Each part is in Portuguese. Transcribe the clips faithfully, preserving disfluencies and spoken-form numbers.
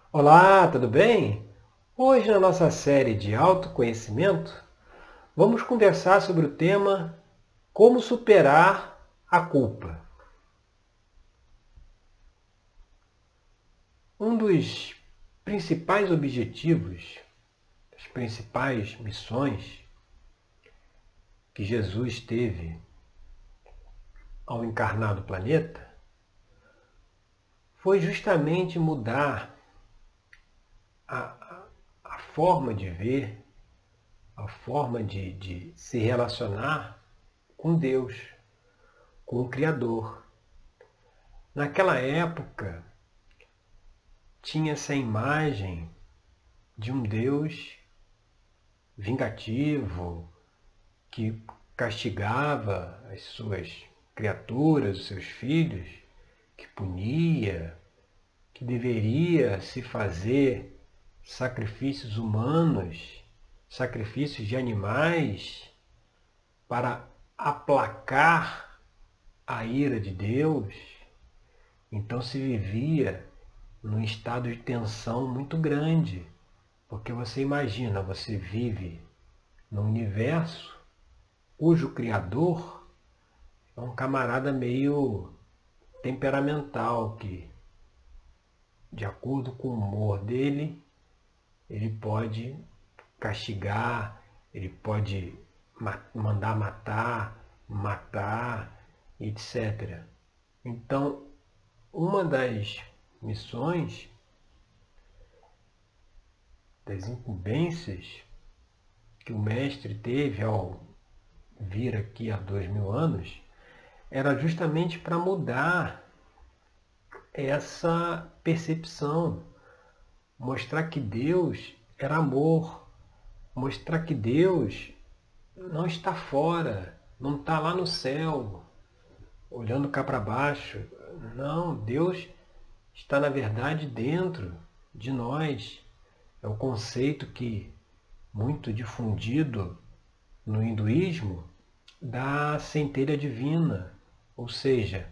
Olá, tudo bem? Hoje, na nossa série de autoconhecimento, vamos conversar sobre o tema Como superar a culpa. Um dos principais objetivos, das principais missões que Jesus teve ao encarnar no planeta foi justamente mudar a, a, a forma de ver, a forma de, de se relacionar com Deus, com o Criador. Naquela época, tinha essa imagem de um Deus vingativo, que castigava as suas criaturas, os seus filhos, que punia, que deveria se fazer sacrifícios humanos, sacrifícios de animais, para aplacar a ira de Deus. Então se vivia num estado de tensão muito grande, porque você imagina, você vive num universo cujo criador é um camarada meio temperamental, que, de acordo com o humor dele, ele pode castigar, ele pode mandar matar, matar, etcétera. Então, uma das missões, das incumbências que o mestre teve ao vir aqui há dois mil anos, era justamente para mudar essa percepção, mostrar que Deus era amor, mostrar que Deus não está fora, não está lá no céu, olhando cá para baixo. Não, Deus está, na verdade, dentro de nós. É o conceito que, muito difundido no hinduísmo, da centelha divina. Ou seja,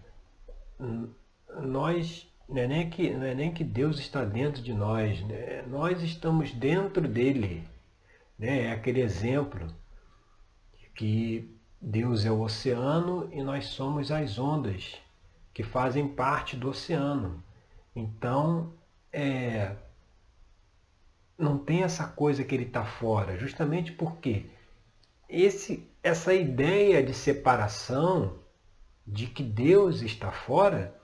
nós, não é nem que, não é nem que Deus está dentro de nós, né? Nós estamos dentro dele. Né? É aquele exemplo que Deus é o oceano e nós somos as ondas que fazem parte do oceano. Então, é, não tem essa coisa que ele está fora, justamente porque esse, essa ideia de separação, de que Deus está fora,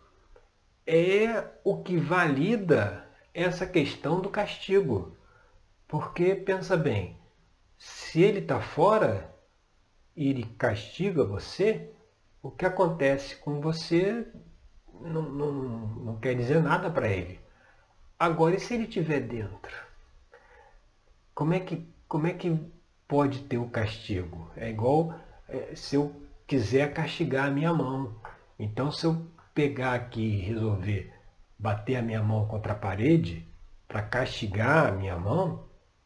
é o que valida essa questão do castigo. Porque, pensa bem, se ele está fora e ele castiga você, o que acontece com você não, não, não quer dizer nada para ele. Agora, e se ele estiver dentro? Como é que, como é que pode ter o castigo? É igual é, se eu quiser castigar a minha mão. Então, se eu pegar aqui e resolver bater a minha mão contra a parede para castigar a minha mão,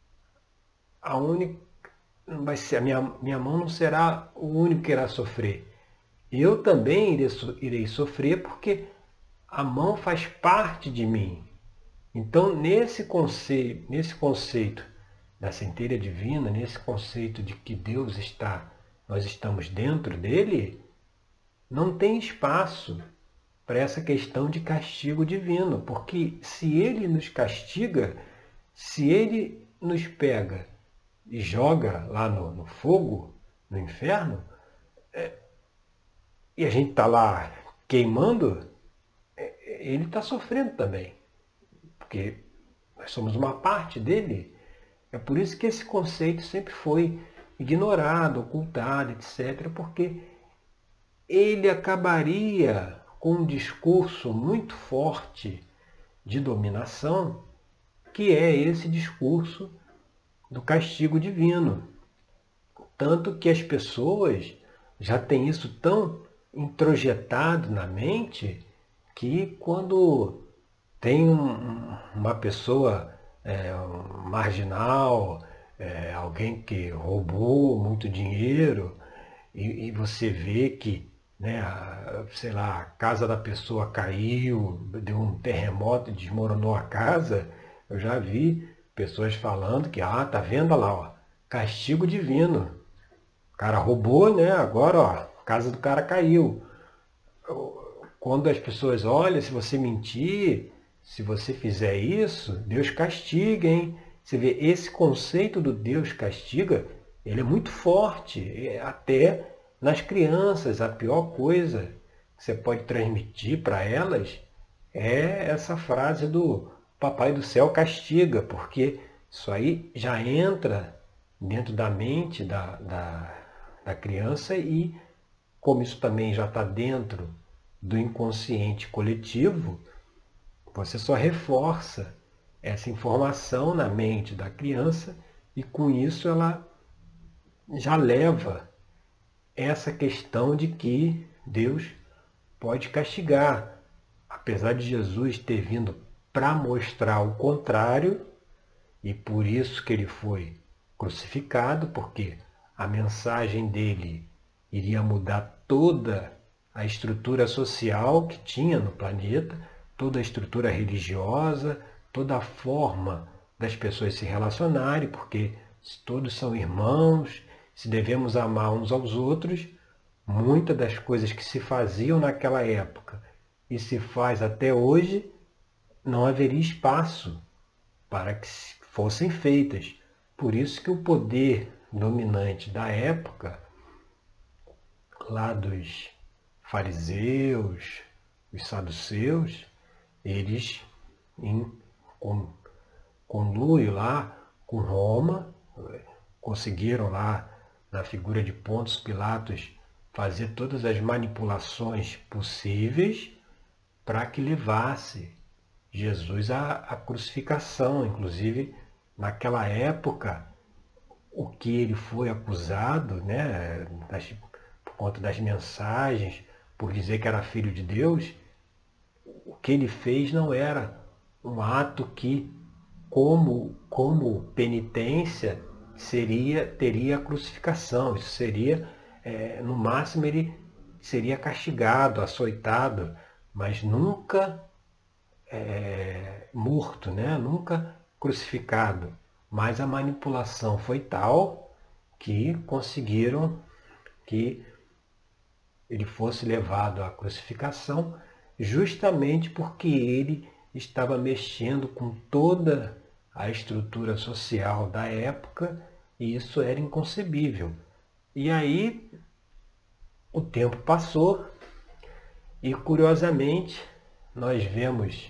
a única vai ser a minha, minha mão não será o único que irá sofrer. Eu também irei, irei sofrer, porque a mão faz parte de mim. Então, nesse conceito, nesse conceito da centelha divina, nesse conceito de que Deus está, nós estamos dentro dele, não tem espaço para essa questão de castigo divino, porque se ele nos castiga, se ele nos pega e joga lá no, no fogo, no inferno, é, e a gente está lá queimando, é, ele está sofrendo também, porque nós somos uma parte dele. É por isso que esse conceito sempre foi ignorado, ocultado, etcétera, porque ele acabaria com um discurso muito forte de dominação, que é esse discurso do castigo divino. Tanto que as pessoas já têm isso tão introjetado na mente que quando tem um, uma pessoa é, um marginal, é, alguém que roubou muito dinheiro, e, e você vê que, né, a, sei lá, a casa da pessoa caiu, deu um terremoto e desmoronou a casa, Eu já vi pessoas falando que, ah, tá vendo lá, ó, castigo divino. O cara roubou, né? Agora, ó, a casa do cara caiu. Quando as pessoas olham, se você mentir, se você fizer isso, Deus castiga, hein? Você vê, esse conceito do Deus castiga, ele é muito forte, até nas crianças. A pior coisa que você pode transmitir para elas é essa frase do Papai do Céu castiga, porque isso aí já entra dentro da mente da, da, da criança e, como isso também já está dentro do inconsciente coletivo, você só reforça essa informação na mente da criança e com isso ela já leva essa questão de que Deus pode castigar. Apesar de Jesus ter vindo para mostrar o contrário, e por isso que ele foi crucificado, porque a mensagem dele iria mudar toda a estrutura social que tinha no planeta, toda a estrutura religiosa, toda a forma das pessoas se relacionarem, porque se todos são irmãos, se devemos amar uns aos outros, muitas das coisas que se faziam naquela época e se faz até hoje, não haveria espaço para que fossem feitas. Por isso que o poder dominante da época, lá dos fariseus, os saduceus, eles, em conluio lá com Roma, conseguiram lá, na figura de Pôncio Pilatos, fazer todas as manipulações possíveis para que levasse Jesus à, à crucificação. Inclusive, naquela época, o que ele foi acusado, né, das, por conta das mensagens, por dizer que era filho de Deus, o que ele fez não era um ato que, como, como penitência, seria, teria a crucificação. Isso seria, é, no máximo, ele seria castigado, açoitado, mas nunca é, morto, né? Nunca crucificado. Mas a manipulação foi tal que conseguiram que ele fosse levado à crucificação, justamente porque ele estava mexendo com toda a estrutura social da época e isso era inconcebível. E aí o tempo passou e, curiosamente, nós vemos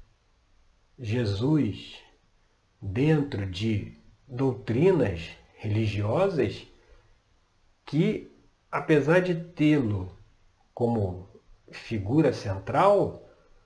Jesus dentro de doutrinas religiosas que, apesar de tê-lo como figura central,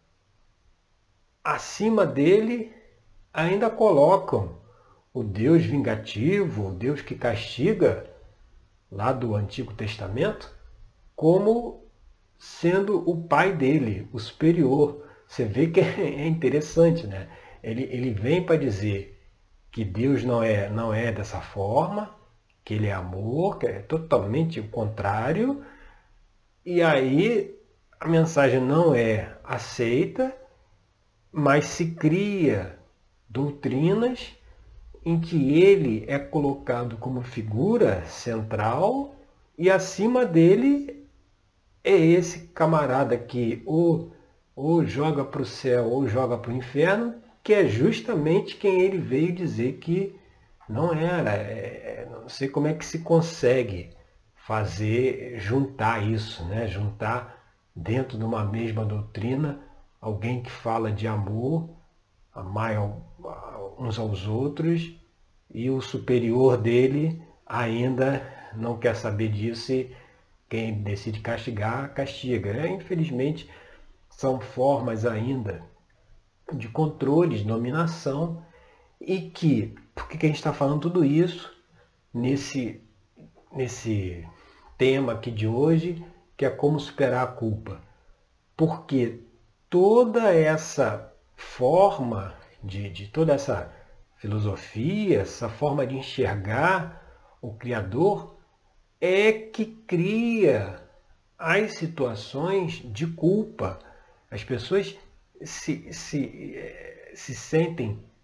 acima dele ainda colocam o Deus vingativo, o Deus que castiga, lá do Antigo Testamento, como sendo o pai dele, o superior. Você vê que é interessante, né? Ele, ele vem para dizer que Deus não é, não é dessa forma, que ele é amor, que é totalmente o contrário, e aí a mensagem não é aceita, mas se cria doutrinas em que ele é colocado como figura central e acima dele é esse camarada que ou, ou joga para o céu ou joga para o inferno, que é justamente quem ele veio dizer que não era. É, não sei como é que se consegue fazer, juntar isso, né? Juntar dentro de uma mesma doutrina alguém que fala de amor, amar uns aos outros, e o superior dele ainda não quer saber disso e quem decide castigar, castiga. É, infelizmente, são formas ainda de controle, de dominação, e que, por que a gente está falando tudo isso nesse, nesse tema aqui de hoje, que é como superar a culpa? Porque toda essa forma, de, de toda essa filosofia, essa forma de enxergar o Criador, é que cria as situações de culpa. As pessoas se, se, se sentem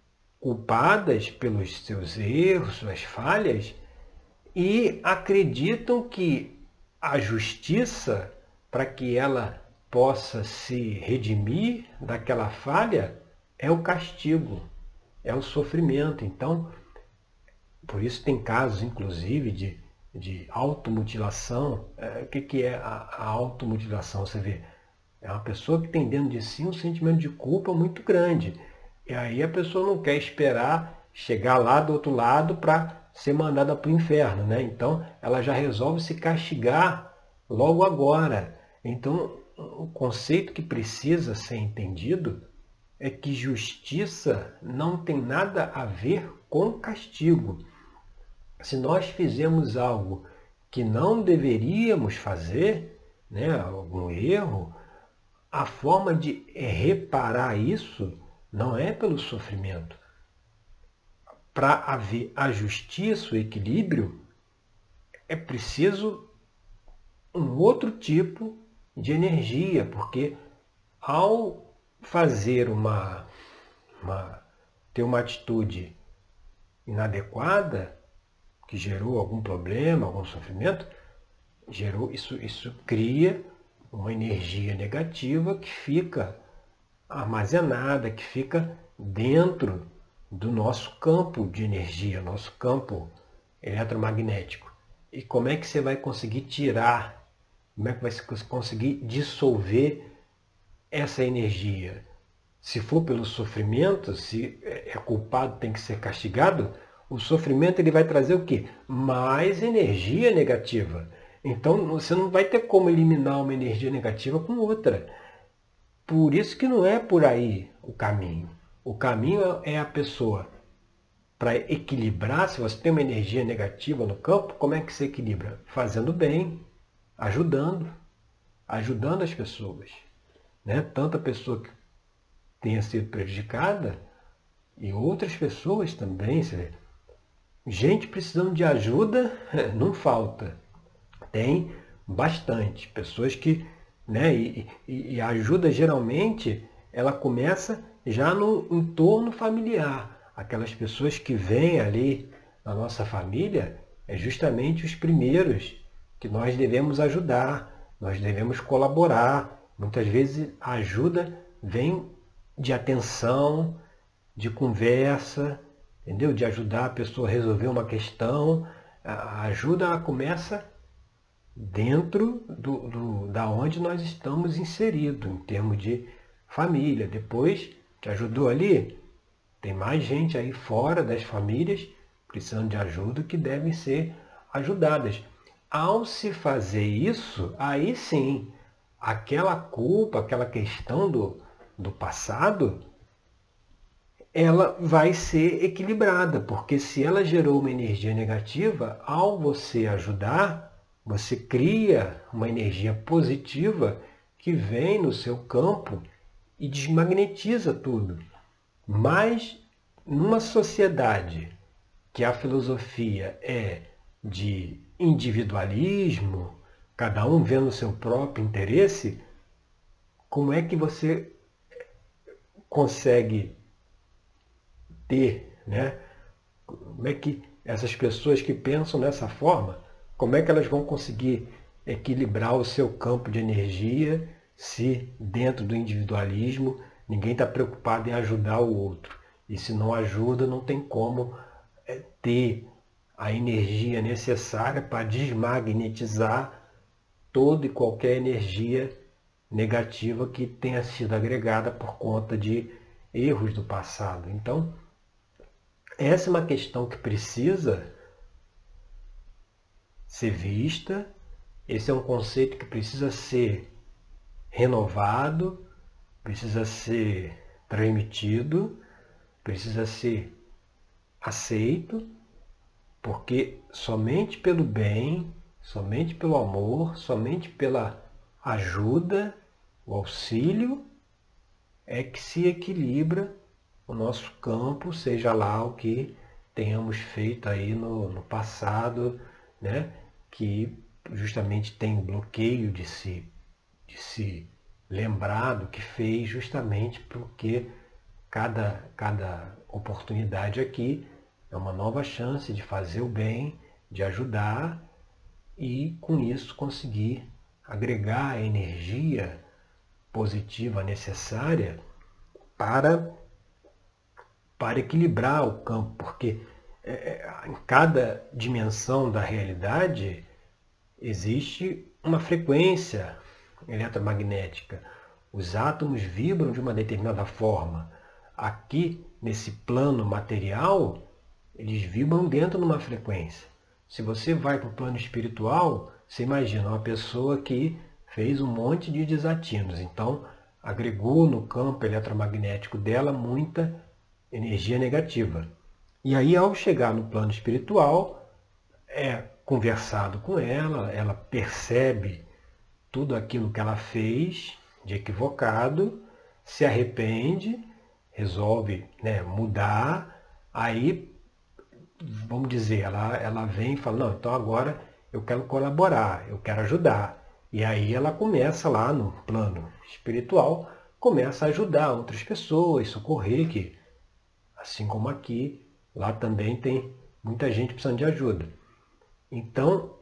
culpadas pelos seus erros, suas falhas, e acreditam que a justiça, para que ela possa se redimir daquela falha, é o castigo, é o sofrimento. Então, por isso tem casos, inclusive, de, de automutilação. É, o que, que é a, a automutilação? Você vê, é uma pessoa que tem dentro de si um sentimento de culpa muito grande. E aí a pessoa não quer esperar chegar lá do outro lado para ser mandada para o inferno, né? Então ela já resolve se castigar logo agora. Então o conceito que precisa ser entendido é que justiça não tem nada a ver com castigo. Se nós fizemos algo que não deveríamos fazer, né, algum erro, a forma de reparar isso não é pelo sofrimento. Para haver a justiça, o equilíbrio, é preciso um outro tipo de energia, porque ao fazer uma, uma ter uma atitude inadequada, que gerou algum problema, algum sofrimento, gerou isso, isso cria uma energia negativa que fica armazenada, que fica dentro do nosso campo de energia, nosso campo eletromagnético. E como é que você vai conseguir tirar, como é que vai conseguir dissolver essa energia? Se for pelo sofrimento, se é culpado, tem que ser castigado, o sofrimento ele vai trazer o quê? Mais energia negativa. Então você não vai ter como eliminar uma energia negativa com outra. Por isso que não é por aí o caminho. O caminho é a pessoa, para equilibrar, se você tem uma energia negativa no campo, como é que se equilibra? Fazendo bem, ajudando, ajudando as pessoas. Né? Tanto a pessoa que tenha sido prejudicada e outras pessoas também. Gente precisando de ajuda não falta. Tem bastante. Pessoas que... Né? E, e, e a ajuda geralmente ela começa já no entorno familiar. Aquelas pessoas que vêm ali na nossa família é justamente os primeiros que nós devemos ajudar, nós devemos colaborar. Muitas vezes a ajuda vem de atenção, de conversa, entendeu? De ajudar a pessoa a resolver uma questão. A ajuda começa dentro do, do, da onde nós estamos inseridos, em termos de família. Depois que ajudou ali, tem mais gente aí fora das famílias precisando de ajuda que devem ser ajudadas. Ao se fazer isso, aí sim, aquela culpa, aquela questão do, do passado, ela vai ser equilibrada, porque se ela gerou uma energia negativa, ao você ajudar, você cria uma energia positiva que vem no seu campo e desmagnetiza tudo. Mas numa sociedade que a filosofia é de individualismo, cada um vendo o seu próprio interesse, como é que você consegue ter, né? Como é que essas pessoas que pensam dessa forma, como é que elas vão conseguir equilibrar o seu campo de energia se dentro do individualismo ninguém está preocupado em ajudar o outro? E se não ajuda, não tem como ter a energia necessária para desmagnetizar toda e qualquer energia negativa que tenha sido agregada por conta de erros do passado. Então, essa é uma questão que precisa ser vista, esse é um conceito que precisa ser renovado, precisa ser transmitido, precisa ser aceito, porque somente pelo bem, somente pelo amor, somente pela ajuda, o auxílio, é que se equilibra o nosso campo, seja lá o que tenhamos feito aí no, no passado, né? Que justamente tem bloqueio de se, de se lembrar do que fez, justamente porque cada, cada oportunidade aqui é uma nova chance de fazer o bem, de ajudar e com isso conseguir agregar a energia positiva necessária para, para equilibrar o campo, porque é, em cada dimensão da realidade existe uma frequência eletromagnética. Os átomos vibram de uma determinada forma. Aqui, nesse plano material, eles vibram dentro de uma frequência. Se você vai para o plano espiritual, você imagina uma pessoa que fez um monte de desatinos. Então, agregou no campo eletromagnético dela muita energia negativa. E aí, ao chegar no plano espiritual, é conversado com ela, ela percebe tudo aquilo que ela fez de equivocado, se arrepende, resolve, né, mudar, aí, vamos dizer, ela, ela vem e fala, não, então agora eu quero colaborar, eu quero ajudar. E aí ela começa lá no plano espiritual, começa a ajudar outras pessoas, socorrer, que assim como aqui, lá também tem muita gente precisando de ajuda. Então,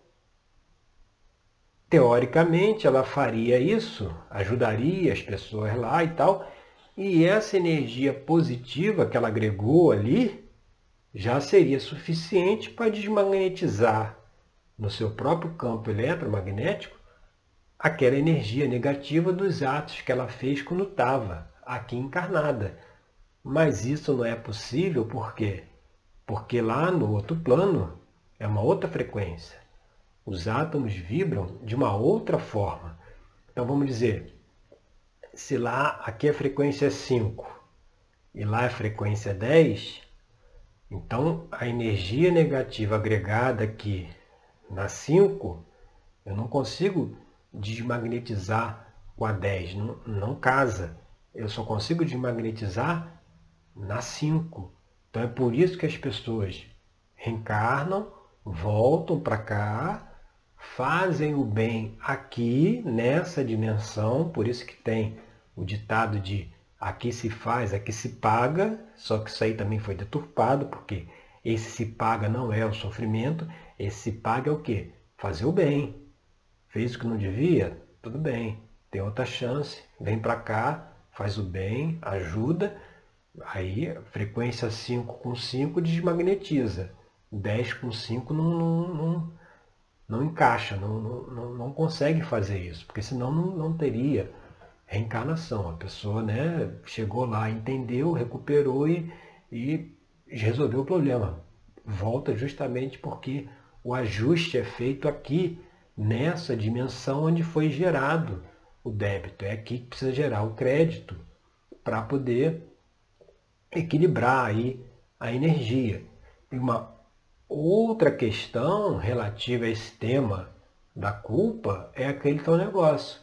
teoricamente, ela faria isso, ajudaria as pessoas lá e tal, e essa energia positiva que ela agregou ali já seria suficiente para desmagnetizar no seu próprio campo eletromagnético aquela energia negativa dos atos que ela fez quando estava aqui encarnada. Mas isso não é possível por quê? Porque lá no outro plano é uma outra frequência. Os átomos vibram de uma outra forma. Então vamos dizer, se lá aqui a frequência é cinco e lá a frequência é dez, então a energia negativa agregada aqui na cinco, eu não consigo desmagnetizar com a dez, não, não casa. Eu só consigo desmagnetizar na cinco. Então é por isso que as pessoas reencarnam, voltam para cá, fazem o bem aqui, nessa dimensão, por isso que tem o ditado de aqui se faz, aqui se paga, só que isso aí também foi deturpado, porque esse se paga não é o sofrimento, esse se paga é o quê? Fazer o bem. Fez o que não devia? Tudo bem, tem outra chance, vem para cá, faz o bem, ajuda, aí frequência cinco com cinco desmagnetiza, dez com cinco não, não, não, não encaixa, não, não, não consegue fazer isso, porque senão não, não teria reencarnação. A pessoa, né, chegou lá, entendeu, recuperou e, e resolveu o problema. Volta justamente porque o ajuste é feito aqui, nessa dimensão onde foi gerado o débito. É aqui que precisa gerar o crédito para poder equilibrar aí a energia. E uma outra questão relativa a esse tema da culpa é aquele tal negócio.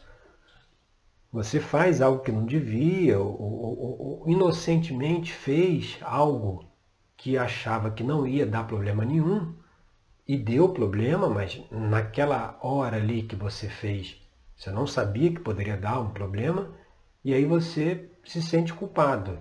Você faz algo que não devia, ou, ou, ou inocentemente fez algo que achava que não ia dar problema nenhum, e deu problema, mas naquela hora ali que você fez, você não sabia que poderia dar um problema, e aí você se sente culpado.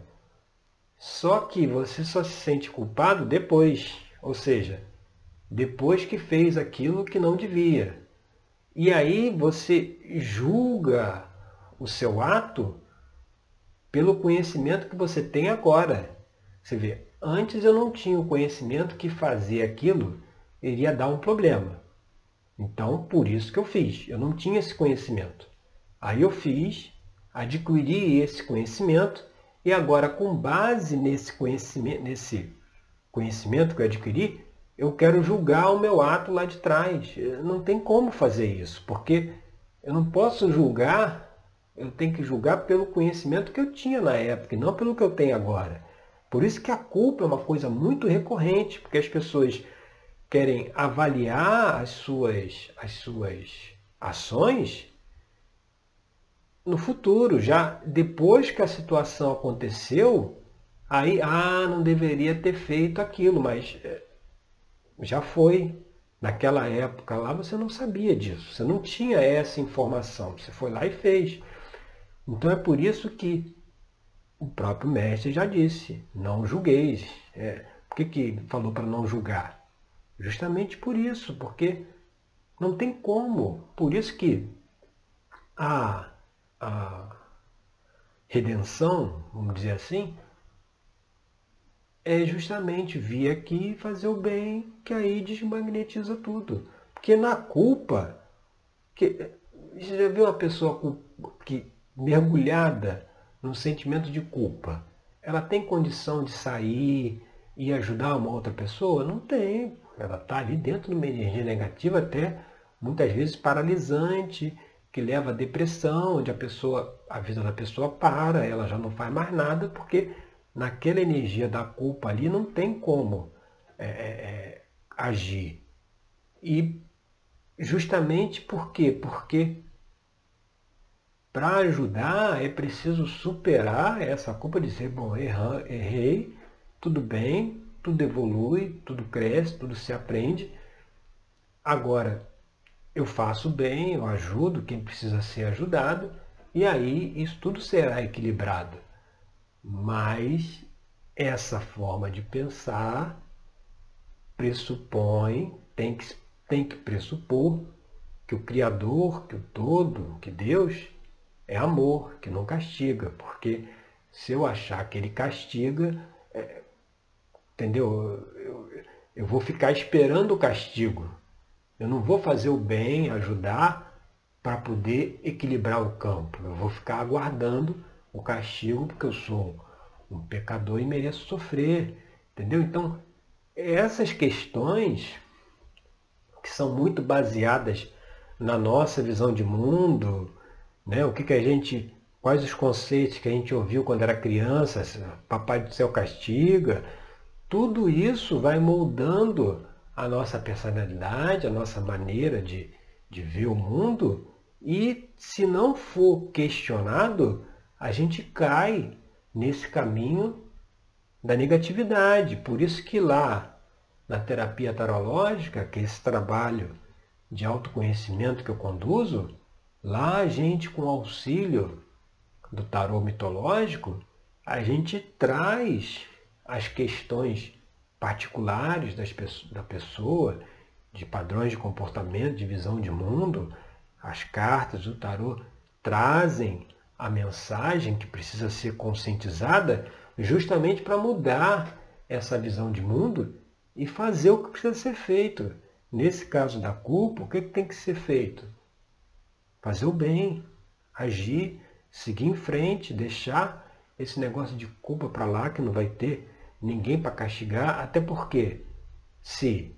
Só que você só se sente culpado depois, ou seja, depois que fez aquilo que não devia. E aí você julga o seu ato pelo conhecimento que você tem agora. Você vê, antes eu não tinha o conhecimento que fazer aquilo iria dar um problema. Então, por isso que eu fiz. Eu não tinha esse conhecimento. Aí eu fiz, adquiri esse conhecimento e agora, com base nesse conhecimento, nesse conhecimento que eu adquiri, eu quero julgar o meu ato lá de trás. Não tem como fazer isso, porque eu não posso julgar, eu tenho que julgar pelo conhecimento que eu tinha na época, e não pelo que eu tenho agora. Por isso que a culpa é uma coisa muito recorrente, porque as pessoas querem avaliar as suas, as suas ações no futuro, já depois que a situação aconteceu, aí, ah, não deveria ter feito aquilo, mas já foi. Naquela época lá você não sabia disso, você não tinha essa informação, você foi lá e fez. Então é por isso que o próprio mestre já disse, não julgueis. É, por que, que falou para não julgar? Justamente por isso, porque não tem como. Por isso que a, a redenção, vamos dizer assim, é justamente vir aqui e fazer o bem, que aí desmagnetiza tudo. Porque na culpa, que, você já viu uma pessoa que mergulhada no sentimento de culpa, ela tem condição de sair e ajudar uma outra pessoa? Não tem. Ela está ali dentro de uma energia negativa, até muitas vezes paralisante, que leva à depressão, onde a pessoa, a vida da pessoa para, ela já não faz mais nada, porque naquela energia da culpa ali não tem como é, é, agir. E justamente por quê? Porque para ajudar é preciso superar essa culpa, dizer, bom, erra, errei, tudo bem, tudo evolui, tudo cresce, tudo se aprende. Agora, eu faço bem, eu ajudo quem precisa ser ajudado, e aí isso tudo será equilibrado. Mas essa forma de pensar pressupõe, tem que, tem que pressupor que o Criador, que o Todo, que Deus é amor, que não castiga. Porque se eu achar que ele castiga, é, entendeu? Eu, eu vou ficar esperando o castigo. Eu não vou fazer o bem, ajudar, para poder equilibrar o campo. Eu vou ficar aguardando o castigo, porque eu sou um pecador e mereço sofrer. Entendeu? Então, essas questões, que são muito baseadas na nossa visão de mundo, né? O que, que a gente, quais os conceitos que a gente ouviu quando era criança, Papai do Céu castiga, tudo isso vai moldando a nossa personalidade, a nossa maneira de, de ver o mundo, e se não for questionado, a gente cai nesse caminho da negatividade. Por isso que lá na terapia tarológica, que é esse trabalho de autoconhecimento que eu conduzo, lá a gente, com auxílio do tarô mitológico, a gente traz as questões particulares das, da pessoa, de padrões de comportamento, de visão de mundo. As cartas do tarô trazem a mensagem que precisa ser conscientizada justamente para mudar essa visão de mundo e fazer o que precisa ser feito. Nesse caso da culpa, o que tem que ser feito? Fazer o bem, agir, seguir em frente, deixar esse negócio de culpa para lá, que não vai ter ninguém para castigar, até porque se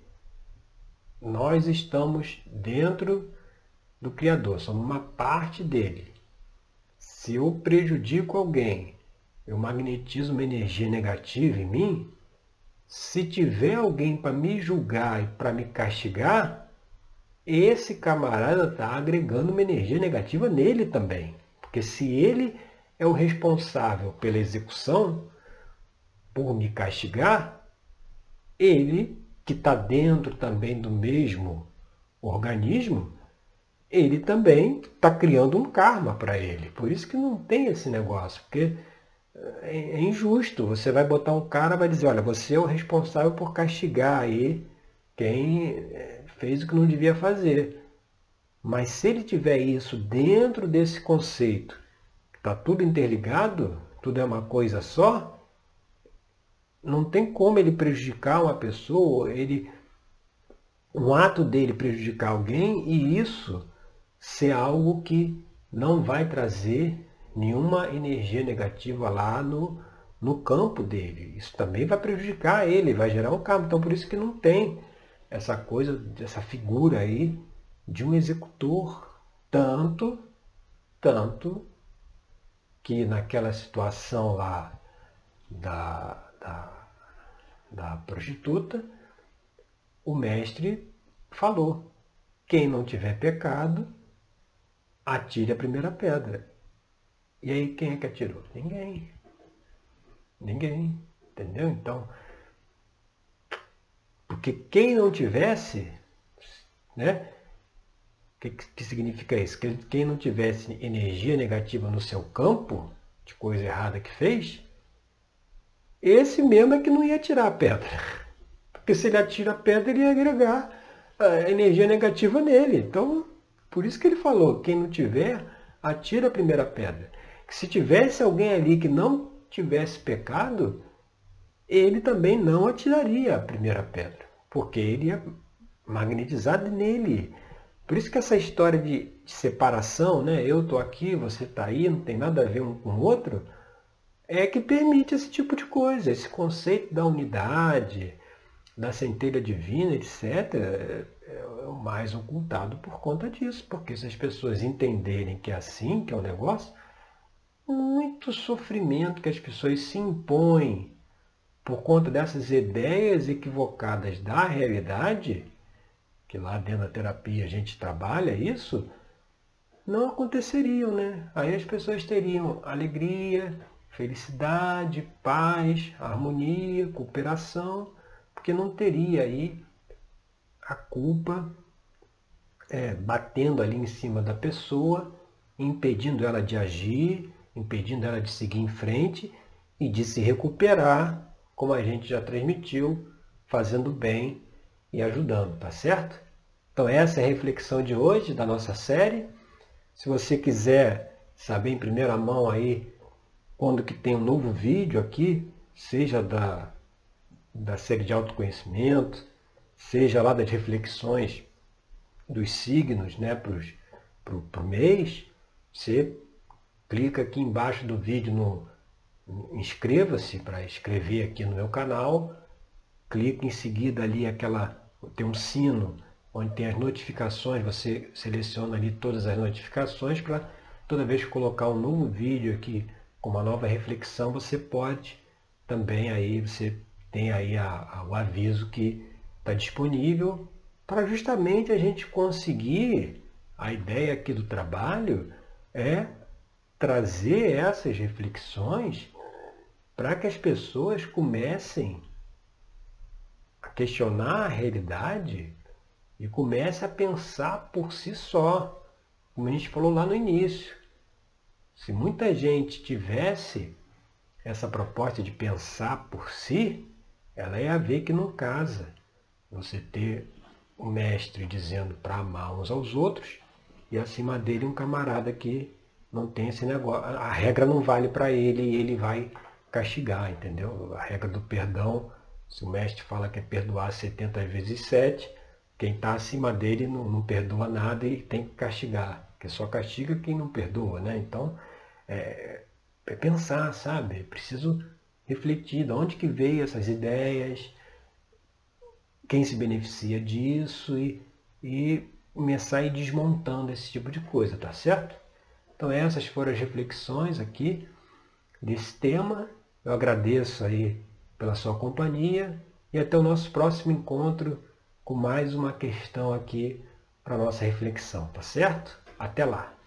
nós estamos dentro do Criador, somos uma parte dele. Se eu prejudico alguém, eu magnetizo uma energia negativa em mim, se tiver alguém para me julgar e para me castigar, esse camarada está agregando uma energia negativa nele também. Porque se ele é o responsável pela execução, por me castigar, ele, que está dentro também do mesmo organismo, ele também está criando um karma para ele. Por isso que não tem esse negócio, porque é injusto. Você vai botar um cara e vai dizer, olha, você é o responsável por castigar aí quem fez o que não devia fazer. Mas se ele tiver isso dentro desse conceito, que está tudo interligado, tudo é uma coisa só, não tem como ele prejudicar uma pessoa, ele, um ato dele prejudicar alguém, e isso ser algo que não vai trazer nenhuma energia negativa lá no, no campo dele. Isso também vai prejudicar ele, vai gerar um karma. Então por isso que não tem essa coisa, essa figura aí de um executor, tanto, tanto que naquela situação lá da, da, da prostituta, o mestre falou, quem não tiver pecado, atire a primeira pedra. E aí quem é que atirou? Ninguém. Ninguém. Entendeu? Então, porque quem não tivesse, né? O que, que significa isso? Que quem não tivesse energia negativa no seu campo, de coisa errada que fez, esse mesmo é que não ia tirar a pedra. Porque se ele atira a pedra, ele ia agregar a energia negativa nele. Então, por isso que ele falou, quem não tiver, atira a primeira pedra. Que se tivesse alguém ali que não tivesse pecado, ele também não atiraria a primeira pedra. Porque ele ia magnetizar nele. Por isso que essa história de, de separação, né? Eu estou aqui, você está aí, não tem nada a ver um com o outro, é que permite esse tipo de coisa, esse conceito da unidade, da centelha divina, etcétera, é, é o mais ocultado por conta disso. Porque se as pessoas entenderem que é assim, que é o negócio, muito sofrimento que as pessoas se impõem por conta dessas ideias equivocadas da realidade, que lá dentro da terapia a gente trabalha isso, não aconteceriam, né? Aí as pessoas teriam alegria, felicidade, paz, harmonia, cooperação, porque não teria aí a culpa é, batendo ali em cima da pessoa, impedindo ela de agir, impedindo ela de seguir em frente e de se recuperar, como a gente já transmitiu, fazendo bem e ajudando, tá certo? Então essa é a reflexão de hoje da nossa série. Se você quiser saber em primeira mão aí quando que tem um novo vídeo aqui, seja da, da série de autoconhecimento, seja lá das reflexões dos signos, né, para o mês, você clica aqui embaixo do vídeo no inscreva-se para inscrever aqui no meu canal, clica em seguida ali aquela, tem um sino onde tem as notificações, você seleciona ali todas as notificações para toda vez que colocar um novo vídeo aqui com uma nova reflexão, você pode também aí, você tem aí a, a, o aviso que está disponível para justamente a gente conseguir, a ideia aqui do trabalho é trazer essas reflexões para que as pessoas comecem a questionar a realidade e comecem a pensar por si só, como a gente falou lá no início. Se muita gente tivesse essa proposta de pensar por si, ela ia ver que não casa você ter o mestre dizendo para amar uns aos outros e acima dele um camarada que não tem esse negócio. A regra não vale para ele e ele vai castigar, entendeu? A regra do perdão, se o mestre fala que é perdoar setenta vezes sete, quem está acima dele não, não perdoa nada e tem que castigar. Porque só castiga quem não perdoa, né? Então, é, é pensar, sabe? É preciso refletir de onde que veio essas ideias, quem se beneficia disso e, e começar a ir desmontando esse tipo de coisa, tá certo? Então essas foram as reflexões aqui desse tema. Eu agradeço aí pela sua companhia e até o nosso próximo encontro com mais uma questão aqui para nossa reflexão, tá certo? Até lá!